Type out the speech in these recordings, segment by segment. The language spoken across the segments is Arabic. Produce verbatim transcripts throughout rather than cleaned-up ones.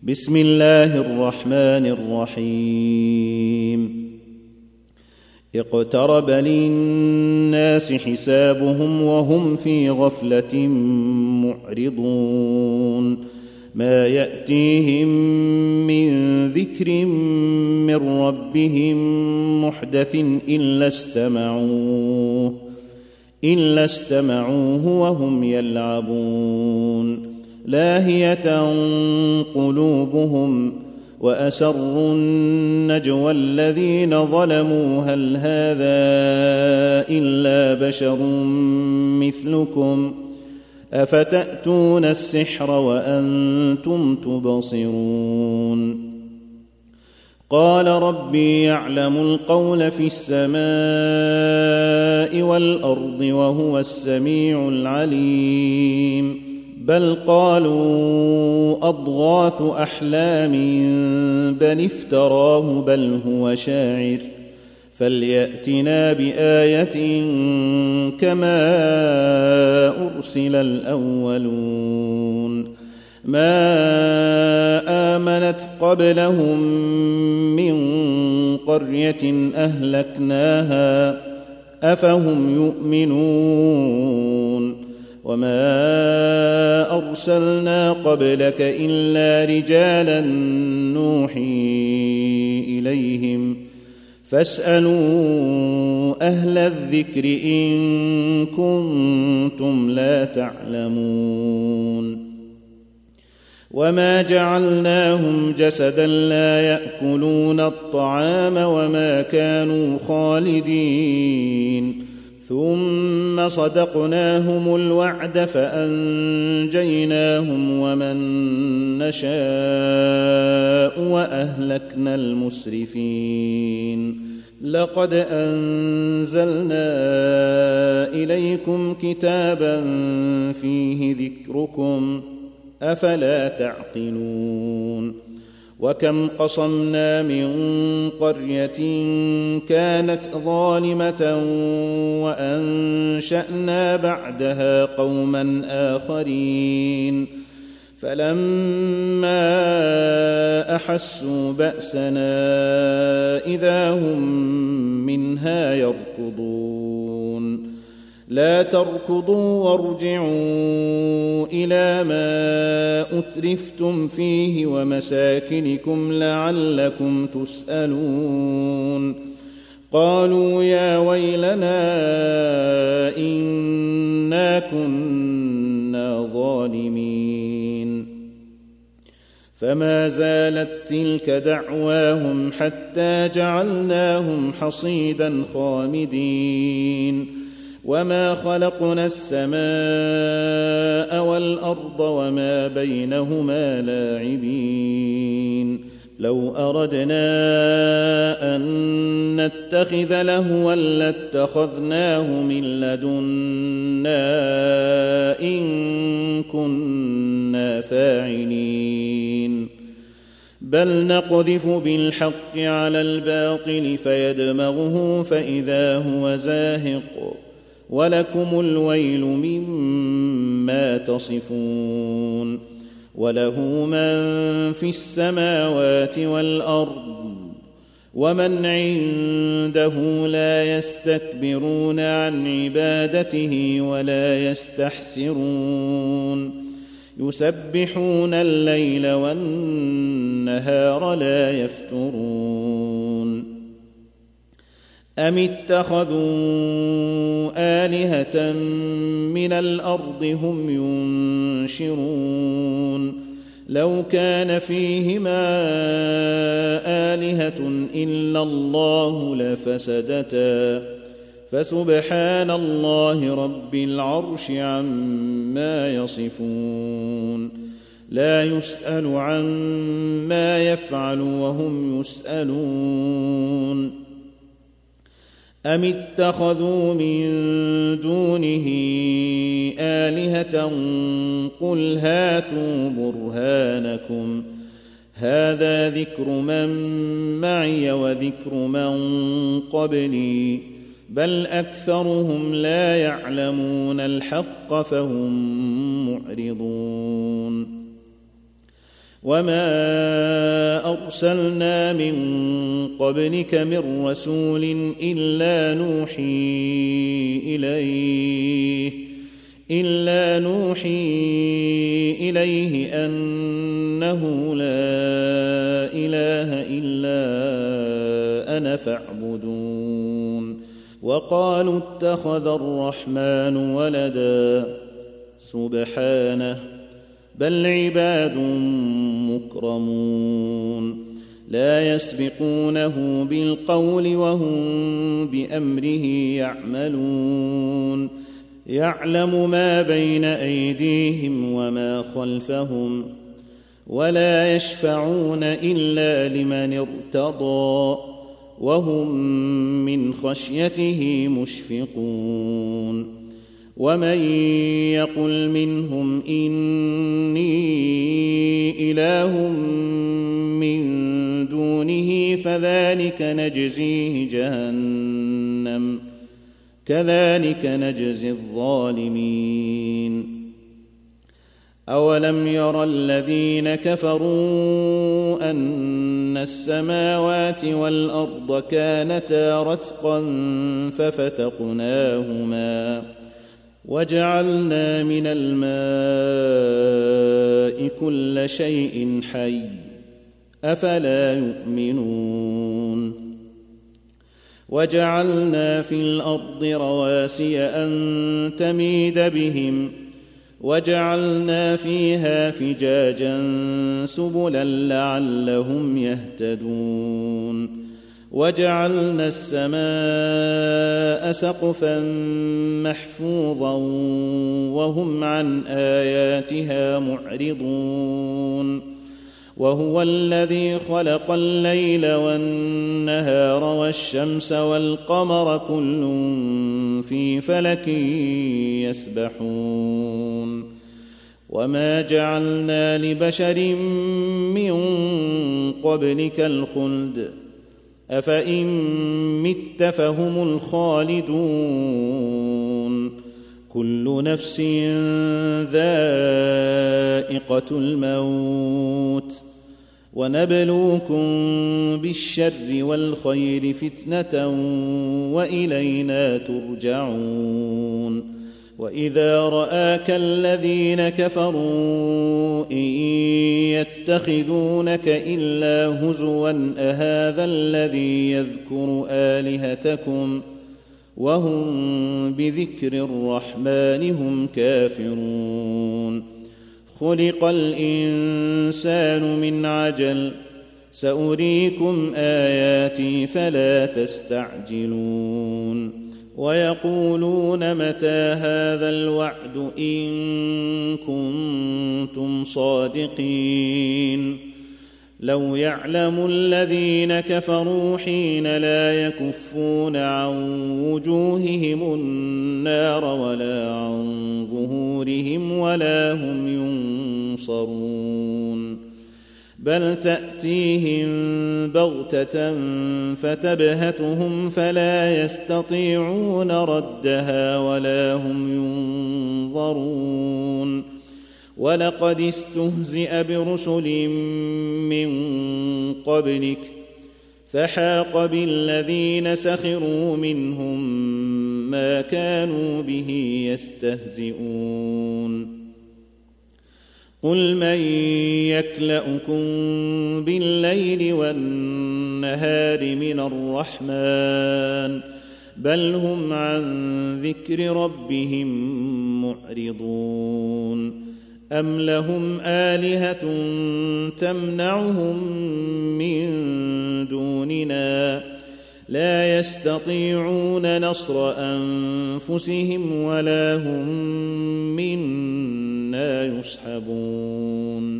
بسم الله الرحمن الرحيم اقترب للناس حسابهم وهم في غفلة معرضون ما يأتيهم من ذكر من ربهم محدث إلا استمعوه إلا استمعوه وهم يلعبون لاهية قلوبهم وأسروا النجوى الذين ظلموا هل هذا إلا بشر مثلكم أفتأتون السحر وأنتم تبصرون قال ربي يعلم القول في السماء والأرض وهو السميع العليم بل قالوا أضغاث أحلام بل افتراه بل هو شاعر فليأتنا بآية كما أرسل الأولون ما آمنت قبلهم من قرية أهلكناها أفهم يؤمنون وما أرسلنا قبلك إلا رجالا نوحي إليهم فاسألوا أهل الذكر إن كنتم لا تعلمون وما جعلناهم جسدا لا يأكلون الطعام وما كانوا خالدين ثم صدقناهم الوعد فأنجيناهم ومن نشاء وأهلكنا المسرفين لقد أنزلنا إليكم كتابا فيه ذكركم أفلا تعقلون وكم قصمنا من قرية كانت ظالمة وأنشأنا بعدها قوما آخرين فلما أحسوا بأسنا إذا هم منها يركضون لا تركضوا وارجعوا إلى ما أترفتم فيه ومساكنكم لعلكم تسألون قالوا يا ويلنا إنا كنا ظالمين فما زالت تلك دعواهم حتى جعلناهم حصيدا خامدين وما خلقنا السماء والأرض وما بينهما لاعبين لو أردنا أن نتخذ لهوا لاتخذناه من لدنا إن كنا فاعلين بل نقذف بالحق على الباطل فيدمغه فإذا هو زاهق ولكم الويل مما تصفون وله من في السماوات والأرض ومن عنده لا يستكبرون عن عبادته ولا يستحسرون يسبحون الليل والنهار لا يفترون أم اتخذوا آلهة من الأرض هم ينشرون لو كان فيهما آلهة إلا الله لفسدتا فسبحان الله رب العرش عما يصفون لا يسأل عما يفعل وهم يسألون أم اتخذوا من دونه آلهة قل هاتوا برهانكم هذا ذكر من معي وذكر من قبلي بل أكثرهم لا يعلمون الحق فهم معرضون وما أرسلنا من قبلك من رسول إلا نوحي إليه إلا نوحي إليه أنه لا إله إلا أنا فاعبدون وقالوا اتخذ الرحمن ولدا سبحانه بل عباد مكرمون لا يسبقونه بالقول وهم بأمره يعملون يعلم ما بين أيديهم وما خلفهم ولا يشفعون إلا لمن ارتضى وهم من خشيته مشفقون ومن يقل منهم إني إله من دونه فذلك نجزيه جهنم كذلك نجزي الظالمين أولم ير الذين كفروا أن السماوات والأرض كانتا رتقا ففتقناهما وجعلنا من الماء كل شيء حي أفلا يؤمنون وجعلنا في الأرض رواسي أن تميد بهم وجعلنا فيها فجاجا سبلا لعلهم يهتدون وجعلنا السماء سقفا محفوظا وهم عن آياتها معرضون وهو الذي خلق الليل والنهار والشمس والقمر كل في فلك يسبحون وما جعلنا لبشر من قبلك الخلد أفإن مت فهم الخالدون كل نفس ذائقة الموت ونبلوكم بالشر والخير فتنة وإلينا ترجعون وإذا رآك الذين كفروا إن يتخذونك إلا هزوا أهذا الذي يذكر آلهتكم وهم بذكر الرحمن هم كافرون خلق الإنسان من عجل سأريكم آياتي فلا تستعجلون ويقولون متى هذا الوعد إن كنتم صادقين لو يعلم الذين كفروا حين لا يكفون عن وجوههم النار ولا عن ظهورهم ولا هم ينصرون بل تأتيهم بغتة فتبهتهم فلا يستطيعون ردها ولا هم ينظرون ولقد استهزئ برسل من قبلك فحاق بالذين سخروا منهم ما كانوا به يستهزئون قل من يكلؤكم بالليل والنهار من الرحمن بل هم عن ذكر ربهم معرضون أم لهم آلهة تمنعهم من دوننا لا يستطيعون نصر أنفسهم ولا هم منا يصحبون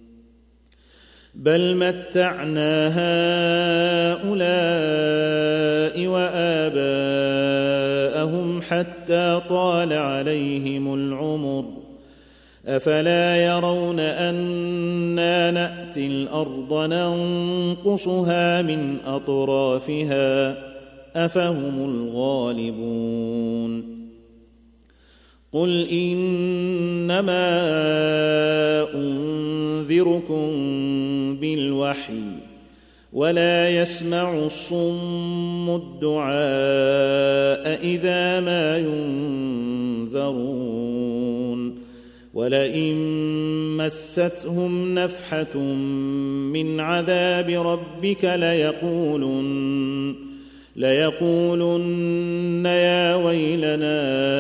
بل متعنا هؤلاء وآباءهم حتى طال عليهم العمر أفلا يرون أنا نأتي الأرض ننقصها من أطرافها أفهم الغالبون قل إنما أنذركم بالوحي ولا يسمع الصم الدعاء إذا ما ينذرون ولئن مستهم نفحة من عذاب ربك ليقولن ليقولن يا ويلنا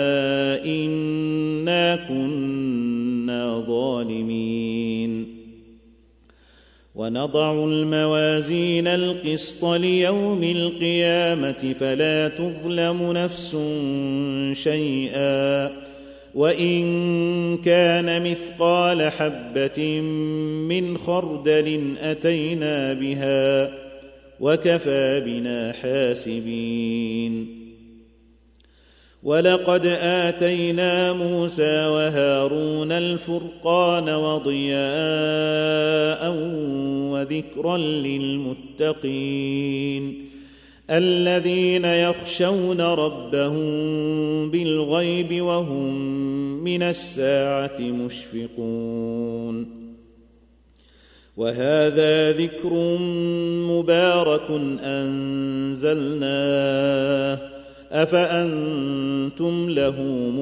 إنا كنا ظالمين ونضع الموازين القسط ليوم القيامة فلا تظلم نفس شيئا وإن كان مثقال حبة من خردل أتينا بها وكفى بنا حاسبين ولقد آتينا موسى وهارون الفرقان وضياء وذكرا للمتقين الذين يخشون ربهم بالغيب وهم من الساعة مشفقون وهذا ذكر مبارك أنزلناه أفأنتم له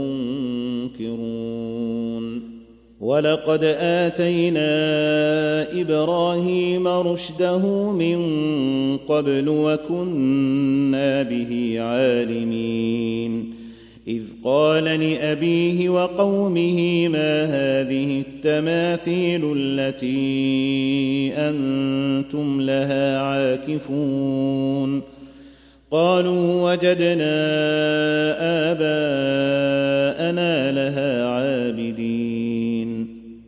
منكرون ولقد آتينا إبراهيم رشده من قبل وكنا به عالمين إذ قال لأبيه وقومه ما هذه التماثيل التي أنتم لها عاكفون قالوا وجدنا آباءنا لها عابدين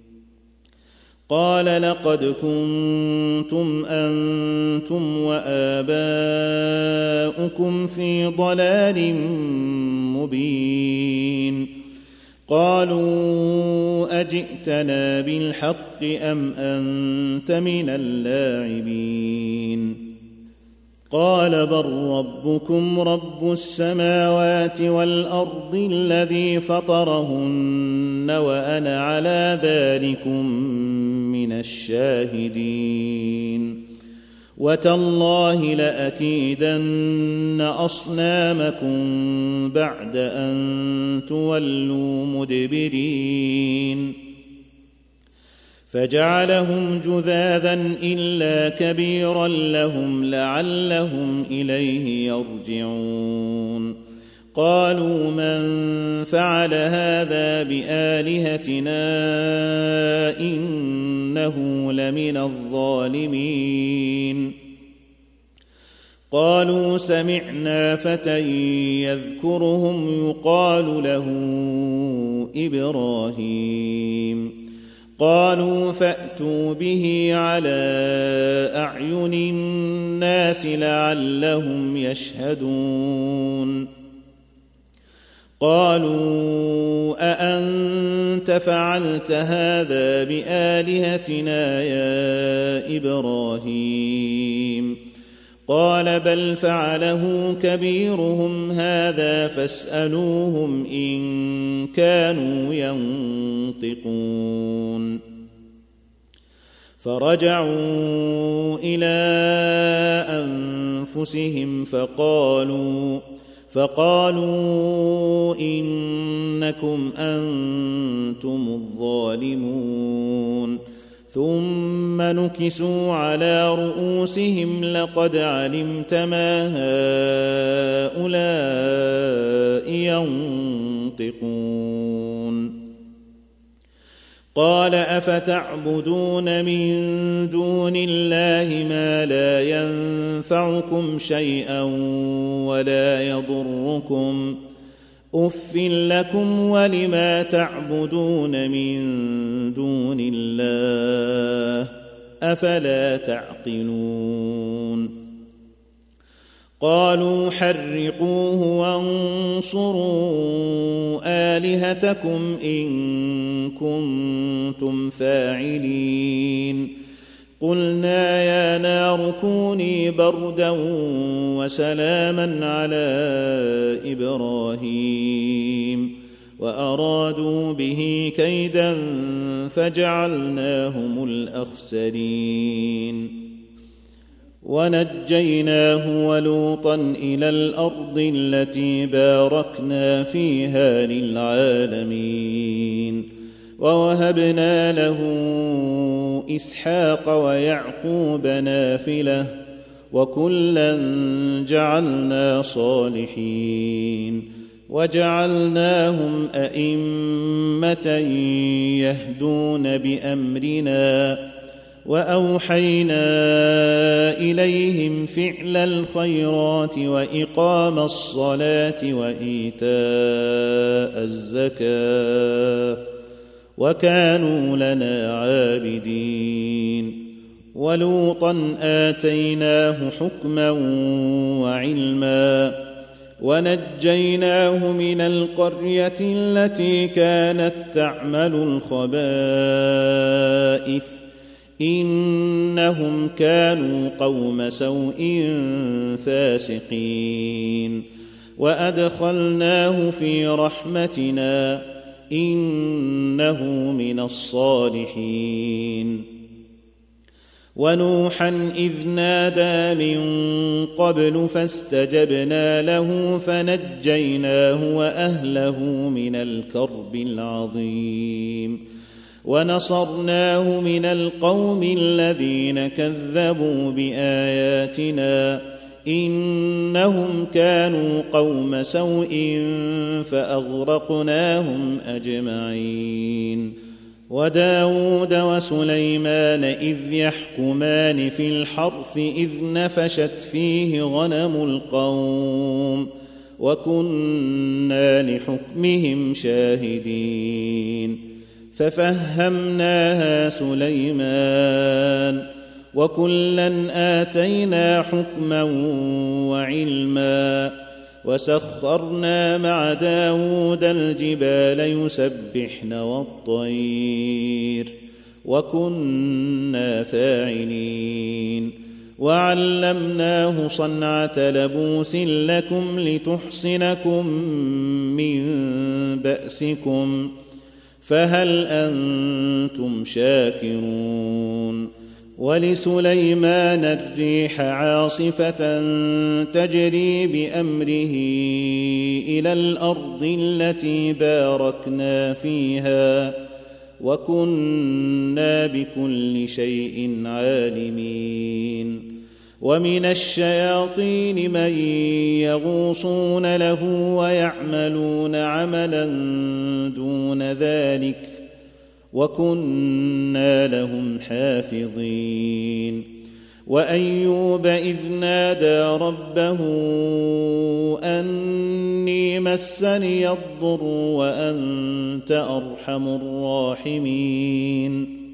قال لقد كنتم أنتم وآباؤكم في ضلال مبين قالوا أجئتنا بالحق أم أنت من اللاعبين قال بل ربكم رب السماوات والأرض الذي فطرهن وأنا على ذلكم من الشاهدين وتالله لأكيدن أصنامكم بعد أن تولوا مدبرين فجعلهم جذاذا إلا كبيرا لهم لعلهم إليه يرجعون قالوا من فعل هذا بآلهتنا إنه لمن الظالمين قالوا سمعنا فتى يذكرهم يقال له إبراهيم قالوا فأتوا به على أعين الناس لعلهم يشهدون قالوا أأنت فعلت هذا بآلهتنا يا إبراهيم قال بل فعله كبيرهم هذا فاسألوهم إن كانوا ينطقون فرجعوا إلى أنفسهم فقالوا فقالوا إنكم أنتم الظالمون ثم نكسوا على رؤوسهم لقد علمت ما هؤلاء ينطقون قال أفتعبدون من دون الله ما لا ينفعكم شيئا ولا يضركم أف لكم ولما تعبدون من دون الله أفلا تعقلون قالوا حرقوه وانصروا آلهتكم إن كنتم فاعلين قلنا يا نار كوني بردا وسلاما على إبراهيم وأرادوا به كيدا فجعلناهم الأخسرين ونجيناه ولوطا إلى الأرض التي باركنا فيها للعالمين ووهبنا له إسحاق ويعقوب نافلة وكلا جعلنا صالحين وجعلناهم أئمة يهدون بأمرنا وأوحينا إليهم فعل الخيرات وإقام الصلاة وإيتاء الزكاة وكانوا لنا عابدين ولوطا آتيناه حكما وعلما ونجيناه من القرية التي كانت تعمل الخبائث إنهم كانوا قوم سوء فاسقين وأدخلناه في رحمتنا إنه من الصالحين ونوحا إذ نادى من قبل فاستجبنا له فنجيناه وأهله من الكرب العظيم ونصرناه من القوم الذين كذبوا بآياتنا إنهم كانوا قوم سوء فأغرقناهم أجمعين وداود وسليمان إذ يحكمان في الحرث إذ نفشت فيه غنم القوم وكنا لحكمهم شاهدين ففهمناها سليمان وكلا آتينا حكما وعلما وسخرنا مع داود الجبال يسبحن والطير وكنا فاعلين وعلمناه صنعة لبوس لكم لتحصنكم من بأسكم فهل أنتم شاكرون ولسليمان الريح عاصفة تجري بأمره إلى الأرض التي باركنا فيها وكنا بكل شيء عالمين ومن الشياطين من يغوصون له ويعملون عملا دون ذلك وكنا لهم حافظين وأيوب إذ نادى ربه أني مسني الضر وأنت أرحم الراحمين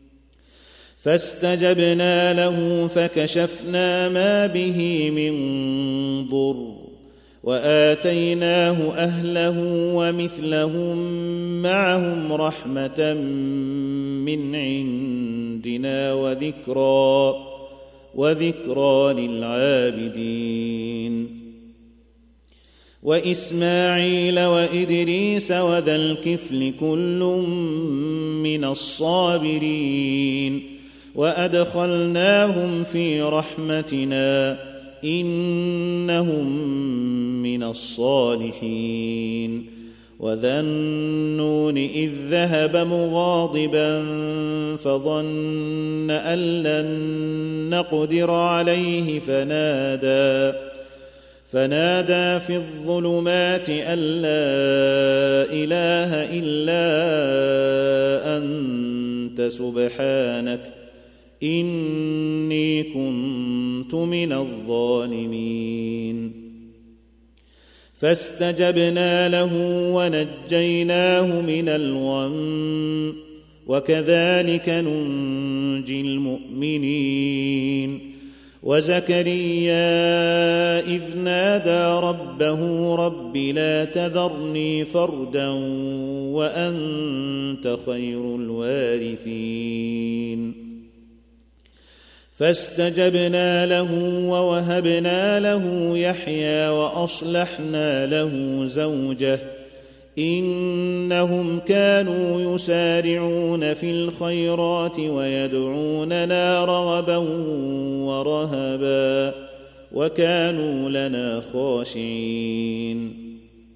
فاستجبنا له فكشفنا ما به من ضر وآتيناه أهله ومثلهم معهم رحمة من عندنا وذكرى وذكرى للعابدين وإسماعيل وإدريس وذا الكفل كل من الصابرين وأدخلناهم في رحمتنا إنهم من الصالحين وذا النون إذ ذهب مغاضبا فظن أن لن نقدر عليه فنادى فنادى في الظلمات أن لا إله إلا أنت سبحانك إني كنت من الظالمين فاستجبنا له ونجيناه من الغم وكذلك ننجي المؤمنين وزكريا إذ نادى ربه رب لا تذرني فردا وأنت خير الوارثين فاستجبنا له ووهبنا له يحيى وأصلحنا له زوجه إنهم كانوا يسارعون في الخيرات ويدعوننا رغبا ورهبا وكانوا لنا خاشعين.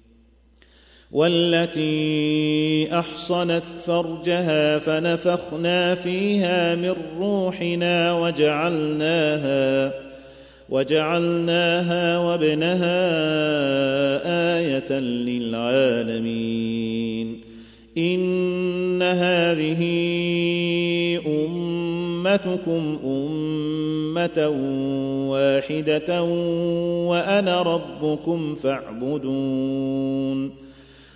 والتي أحصنت فرجها فنفخنا فيها من روحنا وجعلناها وجعلناها وابنها آية للعالمين. إن هذه أمتكم أمة واحدة وأنا ربكم فاعبدون.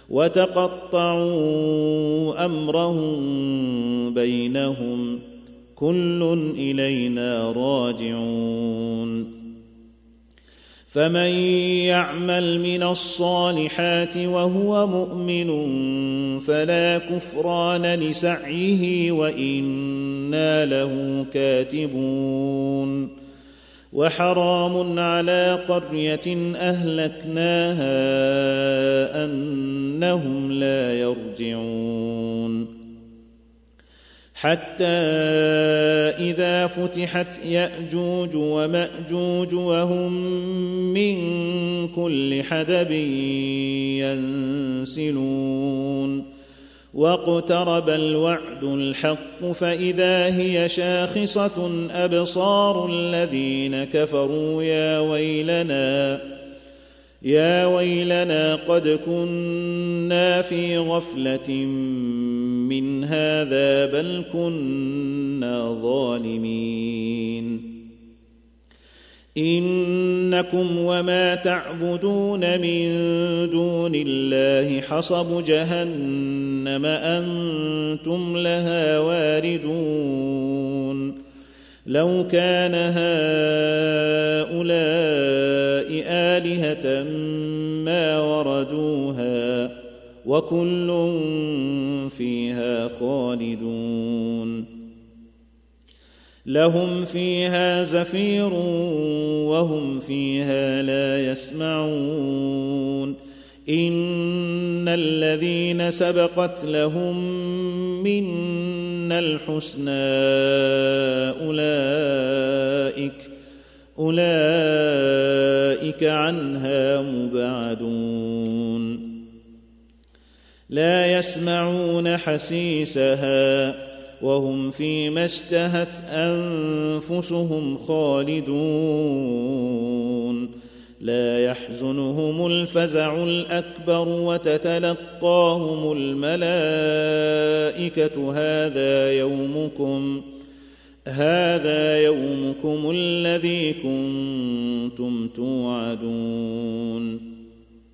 وتقطعوا أمرهم بينهم كل إلينا راجعون. فمن يعمل من الصالحات وهو مؤمن فلا كفران لسعيه وإنا له كاتبون. وحرام على قرية أهلكناها أنهم لا يرجعون. حتى إذا فتحت يأجوج ومأجوج وهم من كل حدب ينسلون. واقترب الوعد الحق فإذا هي شاخصة أبصار الذين كفروا يا ويلنا يا ويلنا قد كنا في غفلة من هذا بل كنا ظالمين. إنكم وما تعبدون من دون الله حصب جهنم أنتم لها واردون. لو كان هؤلاء آلهة ما وردوها وكل فيها خالدون. لهم فيها زفير وهم فيها لا يسمعون. إن الذين سبقت لهم منا الحسنى أولئك أولئك عنها مبعدون. لا يسمعون حسيسها وهم فيما اشتهت أنفسهم خالدون. لا يحزنهم الفزع الأكبر وتتلقاهم الملائكة هذا يومكم هذا يومكم الذي كنتم توعدون.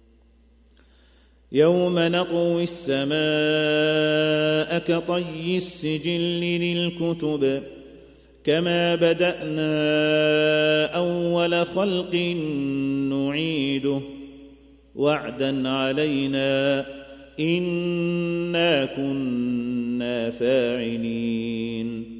يوم نطوي السماء كطي السجل للكتب كما بدأنا أول خلق نعيده وعدا علينا إنا كنا فاعلين.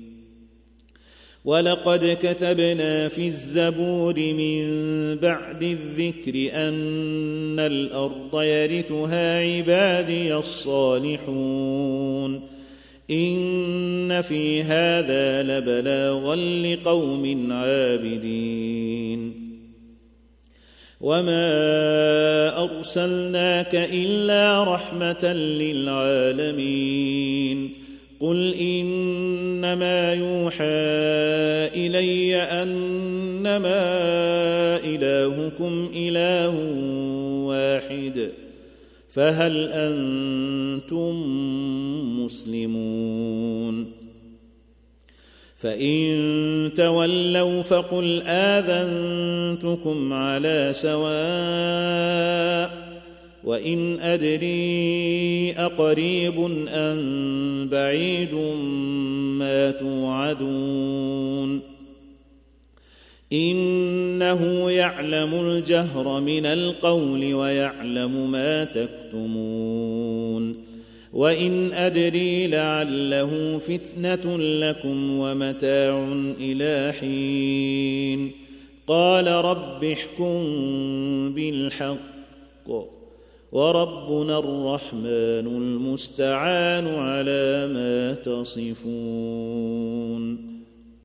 ولقد كتبنا في الزبور من بعد الذكر أن الأرض يرثها عبادي الصالحون. إن في هذا لبلاغا لقوم عابدين. وما أرسلناك إلا رحمة للعالمين. قل إنما يوحى إلي أنما إلهكم إله واحد فهل أنتم مسلمون؟ فإن تولوا فقل آذنتكم على سواء وإن أدري أقريب أم بعيد ما توعدون. إنه يعلم الجهر من القول ويعلم ما تكتمون. وإن أدري لعله فتنة لكم ومتاع إلى حين. قال رب احكم بالحق وربنا الرحمن المستعان على ما تصفون.